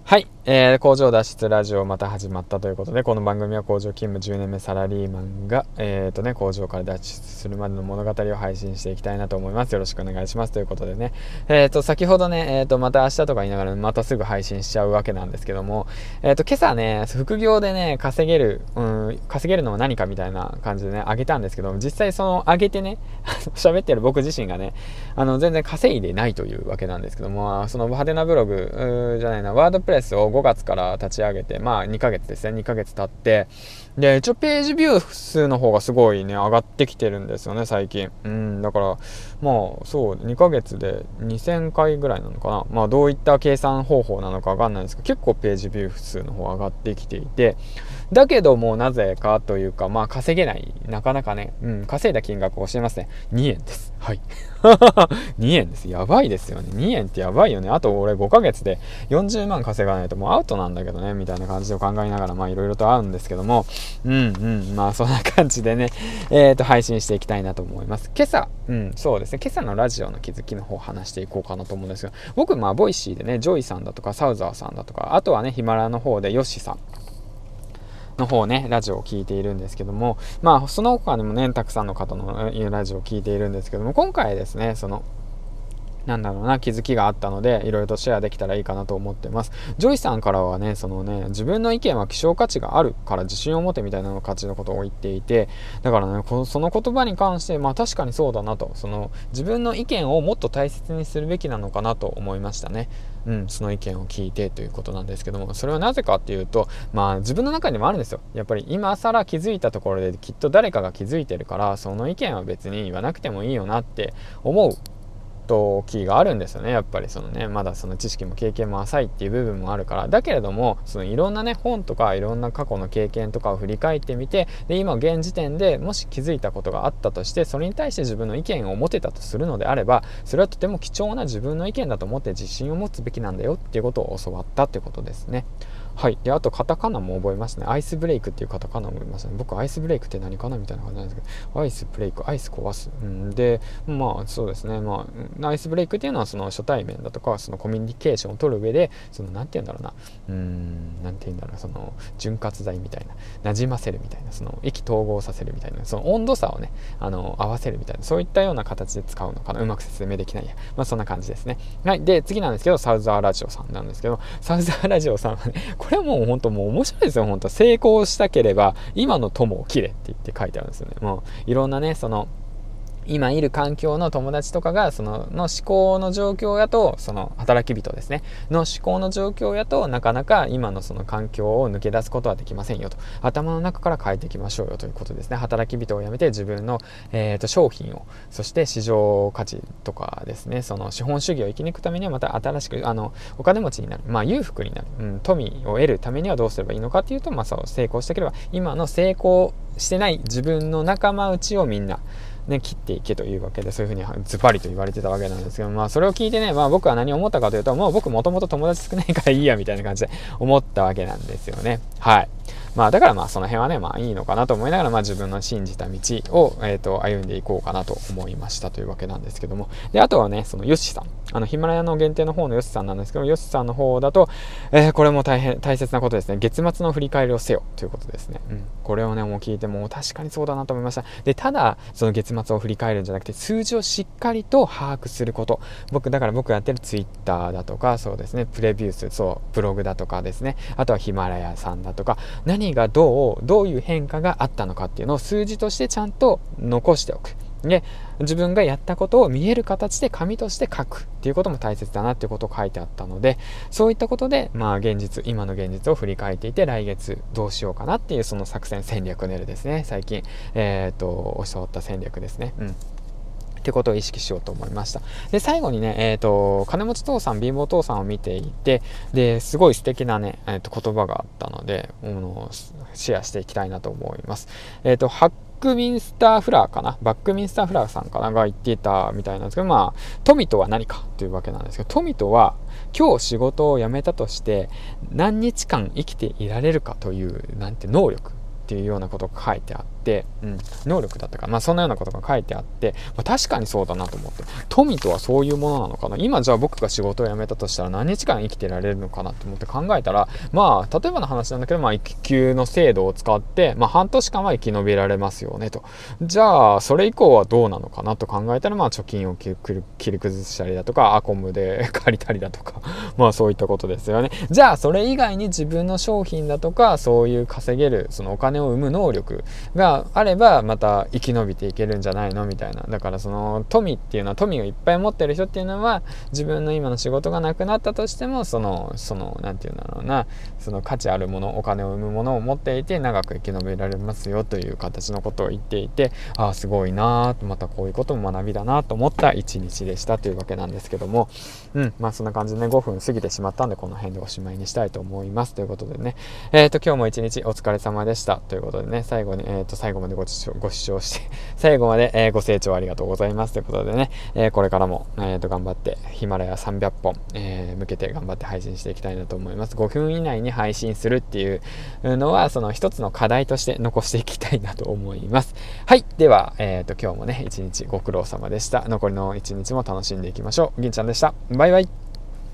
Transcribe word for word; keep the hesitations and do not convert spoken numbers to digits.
はい、えー、工場脱出ラジオまた始まったということで、この番組は工場勤務じゅうねんめサラリーマンが、えーとね、工場から脱出するまでの物語を配信していきたいなと思います。よろしくお願いしますということでね、えーと先ほどね、えーとまた明日とか言いながらまたすぐ配信しちゃうわけなんですけども、えーと今朝ね、副業でね稼げる、うん、稼げるのは何かみたいな感じでね上げたんですけど、実際その上げてね喋ってる僕自身がね、あの全然稼いでないというわけなんですけども、その派手なブログじゃないなワードプレスをごがつから立ち上げて、まあにかげつですね、にかげつ経って、で一応ページビュー数の方がすごいね上がってきてるんですよね最近。うんだからまあそうにかげつでにせんかいぐらいなのかな。まあどういった計算方法なのかわかんないんですけど、結構ページビュー数の方上がってきていて、だけどもなぜかというか、まあ稼げない、なかなかね、うん、稼いだ金額を教えますね。にえんです。はいにえんです。やばいですよね。にえんってやばいよね。あと俺ごかげつでよんじゅうまん稼がないともうアウトなんだけどね、みたいな感じを考えながら、まあいろいろと会うんですけども、うんうん、まあそんな感じでね、えっと配信していきたいなと思います。今朝、うん、そうですね、今朝のラジオの気づきの方を話していこうかなと思うんですが、僕、まあボイシーでね、ジョイさんだとかサウザーさんだとか、あとはね、ヒマラヤの方でヨッシーさんの方ね、ラジオを聞いているんですけども、まあその他にもね、たくさんの方のラジオを聞いているんですけども、今回ですね、そのなんだろうな、気づきがあったので、いろいろとシェアできたらいいかなと思ってます。ジョイさんからはね、そのね、自分の意見は希少価値があるから自信を持てみたいな価値のことを言っていて、だからね、このその言葉に関して、まあ確かにそうだなと、その自分の意見をもっと大切にするべきなのかなと思いましたね。うん、その意見を聞いてということなんですけども、それはなぜかっていうと、まあ自分の中にもあるんですよ。やっぱり今更気づいたところできっと誰かが気づいてるから、その意見は別に言わなくてもいいよなって思う時があるんですよね。やっぱりそのね、まだその知識も経験も浅いっていう部分もあるから。だけれども、そのいろんなね本とかいろんな過去の経験とかを振り返ってみて、で今現時点でもし気づいたことがあったとして、それに対して自分の意見を持てたとするのであれば、それはとても貴重な自分の意見だと思って自信を持つべきなんだよっていうことを教わったってことですね。はい。で、あとカタカナも覚えましたね。アイスブレイクっていうカタカナも覚えましたね。僕アイスブレイクって何かなみたいな感じなんですけど、アイスブレイク、アイス壊す。うん、で、まあそうですね。まあアイスブレイクっていうのはその初対面だとか、そのコミュニケーションを取る上で、そのなんて言うんだろうな、うーん、なんて言うんだろう、その潤滑剤みたいな、馴染ませるみたいな、その意気投合させるみたいな、その温度差をね、あの合わせるみたいな、そういったような形で使うのかな。うまく説明できないや。まあそんな感じですね。はい。で、次なんですけど、サウザーラジオさんなんですけど、サウザーラジオさんはね、これはもう本当もう面白いですよ。本当成功したければ今の友を切れって言って書いてあるんですよね。もういろんなね、その今いる環境の友達とかがそのの思考の状況やと、その働き人ですねの思考の状況やと、なかなか今のその環境を抜け出すことはできませんよと、頭の中から変えていきましょうよということですね。働き人をやめて自分の、えー、と商品を、そして市場価値とかですね、その資本主義を生き抜くためにはまた新しくあのお金持ちになる、まあ裕福になる、うん、富を得るためにはどうすればいいのかっていうと、まあそう成功したければ今の成功してない自分の仲間内をみんなね、切っていけというわけで、そういうふうにズバリと言われてたわけなんですけど、まあそれを聞いてね、まあ僕は何を思ったかというと、もう僕もともと友達少ないからいいやみたいな感じで思ったわけなんですよね。はい。まあだからまあその辺はね、まあいいのかなと思いながら、まあ自分の信じた道を、えー、と歩んでいこうかなと思いましたというわけなんですけども。で、あとはね、そのヨッシさん。あのヒマラヤの限定の方のヨッシさんなんですけど、ヨッシさんの方だと、えー、これも大変大切なことですね。月末の振り返りをせよということですね。うん。これをね、もう聞いても確かにそうだなと思いました。で、ただ、その月末を振り返るんじゃなくて、数字をしっかりと把握すること。僕、だから僕がやってるツイッターだとか、そうですね、プレビュース、そう、ブログだとかですね、あとはヒマラヤさんだとか、何がどう、どういう変化があったのかっていうのを数字としてちゃんと残しておく。で、自分がやったことを見える形で紙として書くっていうことも大切だなっていうことを書いてあったので、そういったことで、まあ現実、今の現実を振り返っていて、来月どうしようかなっていうその作戦戦略練るですね。最近、えっと、教わった戦略ですね。うん。ってことを意識しようと思いました。で、最後にね、えっと、金持ち父さん、貧乏父さんを見ていて、で、すごい素敵なね、えっと、言葉があったので、うん、シェアしていきたいなと思います。えっと、ハックミンスターフラーかなバックミンスターフラーさんかなが言っていたみたいなんですけど、まあ、富とは何かというわけなんですけど、富とは、今日仕事を辞めたとして、何日間生きていられるかという、なんて能力。 っていうようなことが書いてあって、うん、能力だったかな、まあ、そんなようなことが書いてあって、まあ、確かにそうだなと思って、富とはそういうものなのかな、今じゃあ僕が仕事を辞めたとしたら何日間生きてられるのかなと思って考えたら、まあ例えばの話なんだけど、まあ、育休の制度を使って、まあ、半年間は生き延びられますよねと。じゃあそれ以降はどうなのかなと考えたら、まあ貯金を切り崩したりだとか、アコムで借りたりだとかまあそういったことですよね。じゃあそれ以外に自分の商品だとか、そういう稼げるそのお金を生む能力があればまた生き延びていけるんじゃないのみたいな。だからその富っていうのは、富をいっぱい持ってる人っていうのは、自分の今の仕事がなくなったとしても、そのそのなんていうんだろうな、その価値あるもの、お金を生むものを持っていて長く生き延びられますよという形のことを言っていて、ああすごいなーと、またこういうことも学びだなと思った一日でしたというわけなんですけども、うんまあそんな感じでね、ごふん過ぎてしまったんで、この辺でおしまいにしたいと思いますということでね、えっと今日も一日お疲れ様でしたということでね、最後にえっと最後までご視聴ご視聴して最後まで、えー、ご清聴ありがとうございますということでね、えー、これからも、えー、と頑張ってヒマラヤさんびゃっぽん、えー、向けて頑張って配信していきたいなと思います。ごふん以内に配信するっていうのは、その一つの課題として残していきたいなと思います。はい、では、えー、と今日もね一日ご苦労様でした。残りの一日も楽しんでいきましょう。銀ちゃんでした。バイバイ。